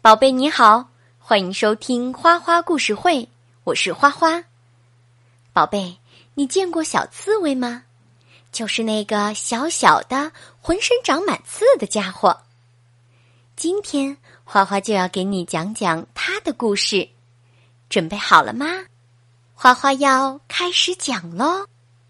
宝贝你好，欢迎收听花花故事会，我是花花。宝贝，你见过小刺猬吗？就是那个小小的浑身长满刺的家伙。今天花花就要给你讲讲它的故事，准备好了吗？花花要开始讲咯。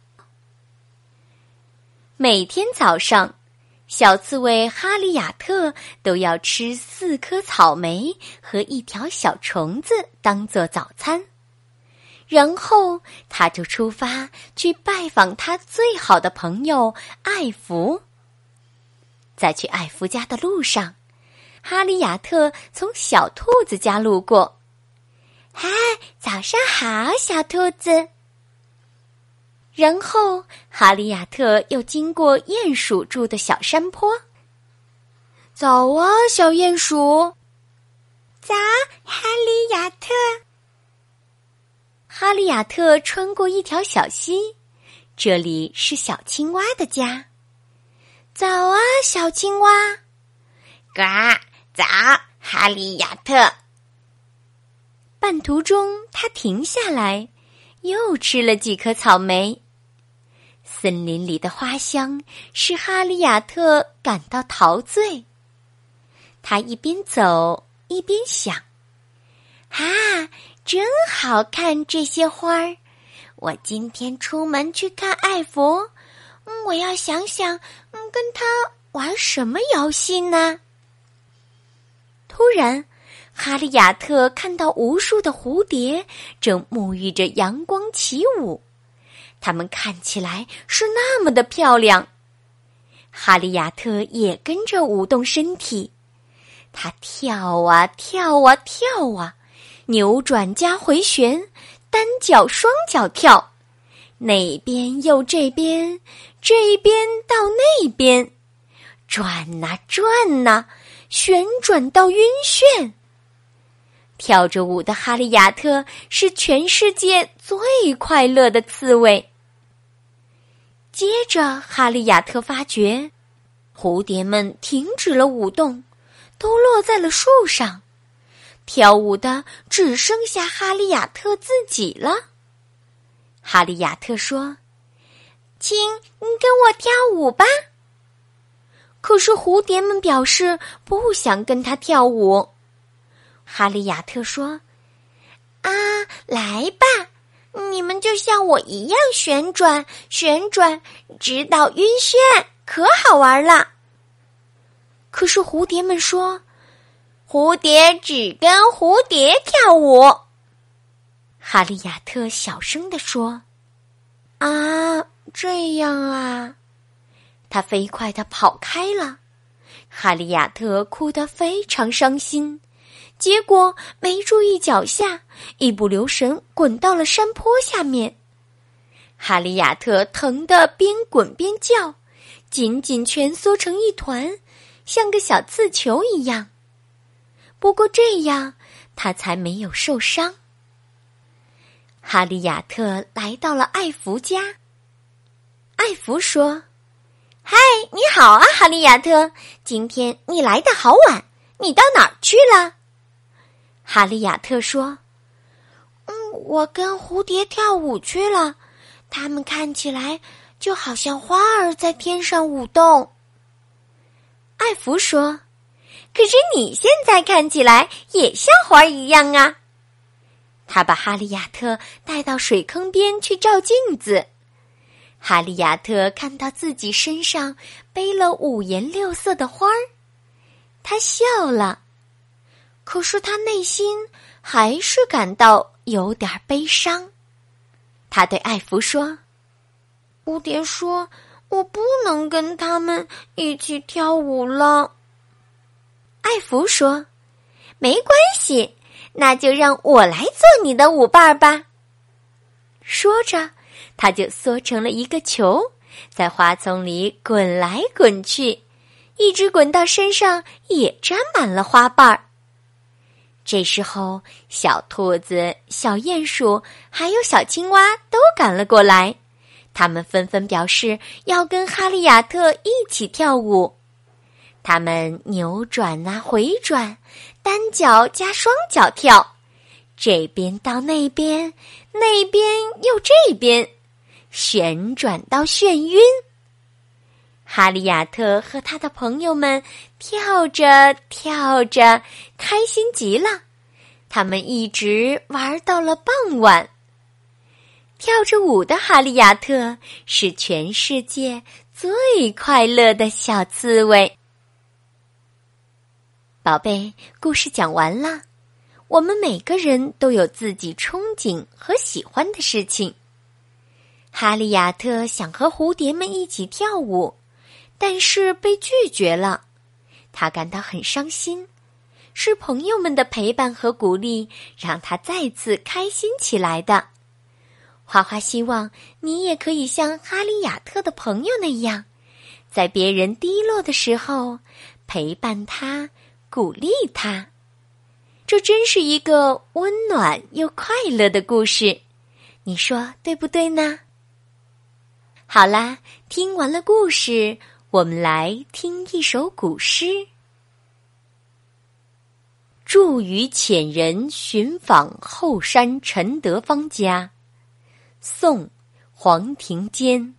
每天早上，小刺猬哈利亚特都要吃4颗草莓和1条小虫子当做早餐，然后他就出发去拜访他最好的朋友艾弗。在去艾弗家的路上，哈利亚特从小兔子家路过。嗨，早上好，小兔子。然后哈利亚特又经过鼹鼠住的小山坡。早啊，小鼹鼠。 早，哈利亚特。 哈利亚特穿过一条小溪，这里是小青蛙的家。早啊，小青蛙。 呱，早，哈利亚特。 半途中，他停下来，又吃了几颗草莓。森林里的花香使哈利亚特感到陶醉。他一边走一边想： 啊，真好看这些花儿！我今天出门去看艾弗，我要想想，跟他玩什么游戏呢？ 突然，哈利亚特看到无数的蝴蝶正沐浴着阳光起舞，它们看起来是那么的漂亮。哈利亚特也跟着舞动身体，他跳啊跳啊跳啊，扭转加回旋，单脚双脚跳，那边又这边，这边到那边，转啊转啊，旋转到晕眩。跳着舞的哈利亚特是全世界最快乐的刺猬。接着哈利亚特发觉，蝴蝶们停止了舞动，都落在了树上，跳舞的只剩下哈利亚特自己了。哈利亚特说： 请你跟我跳舞吧。 可是蝴蝶们表示不想跟他跳舞。哈利亚特说： 啊，来吧，你们就像我一样旋转旋转，直到晕眩，可好玩了。 可是蝴蝶们说： 蝴蝶只跟蝴蝶跳舞。 哈利亚特小声地说：啊，这样啊。他飞快地跑开了。哈利亚特哭得非常伤心，结果没注意脚下，一不留神滚到了山坡下面。哈利亚特疼得边滚边叫，紧紧蜷缩成一团，像个小刺球一样。不过这样他才没有受伤。哈利亚特来到了艾弗家。艾弗说： 嗨，你好啊，哈利亚特，今天你来得好晚，你到哪儿去了？ 哈利亚特说： 我跟蝴蝶跳舞去了，它们看起来就好像花儿在天上舞动。 艾弗说： 可是你现在看起来也像花一样啊。 他把哈利亚特带到水坑边去照镜子。哈利亚特看到自己身上背了5颜6色的花儿，他笑了。可是他内心还是感到有点悲伤。他对艾弗说： 蝴蝶说我不能跟他们一起跳舞了。 艾弗说： 没关系，那就让我来做你的舞伴吧。 说着，他就缩成了一个球，在花丛里滚来滚去，一直滚到身上也沾满了花瓣儿。这时候，小兔子、小鼹鼠还有小青蛙都赶了过来，他们纷纷表示要跟哈利亚特一起跳舞。 他们扭转啊回转，单脚加双脚跳，这边到那边，那边又这边，旋转到眩晕。哈利亚特和他的朋友们跳着跳着，开心极了。他们一直玩到了傍晚。跳着舞的哈利亚特是全世界最快乐的小刺猬。宝贝，故事讲完了。我们每个人都有自己憧憬和喜欢的事情。哈利亚特想和蝴蝶们一起跳舞，但是被拒绝了。他感到很伤心，是朋友们的陪伴和鼓励让他再次开心起来的。花花希望你也可以像哈利亚特的朋友那样，在别人低落的时候陪伴他，鼓励他。这真是一个温暖又快乐的故事，你说对不对呢？好啦，听完了故事，我们来听一首古诗。祝与浅人寻访后山陈德芳家，宋·黄庭坚。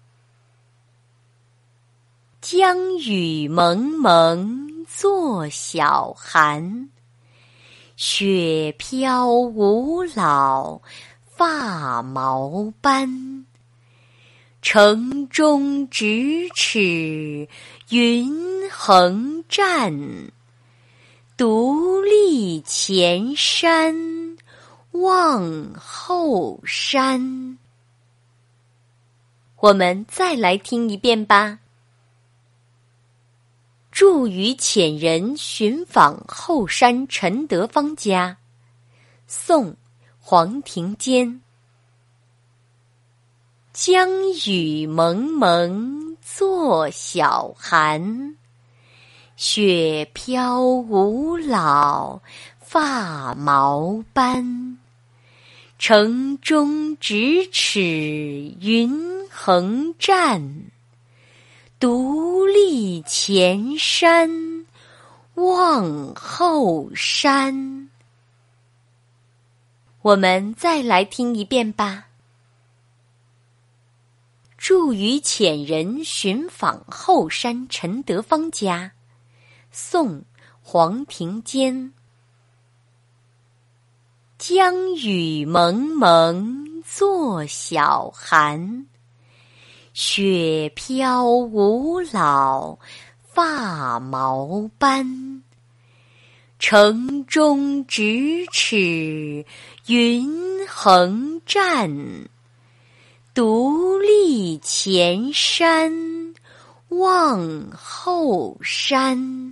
江雨蒙蒙作晓寒，雪飘无老发毛斑。城中咫尺云横战，独立前山望后山。我们再来听一遍吧。祝与浅人寻访后山陈德芳家，宋·黄庭坚。江雨蒙蒙作晓寒，雪飘无老发毛斑。城中咫尺云横战，独立前山望后山。我们再来听一遍吧。祝与浅人寻访后山陈德芳家，宋·黄庭坚。江雨蒙蒙作晓寒，雪飘无老发毛斑。城中咫尺云横战，独立前山望后山。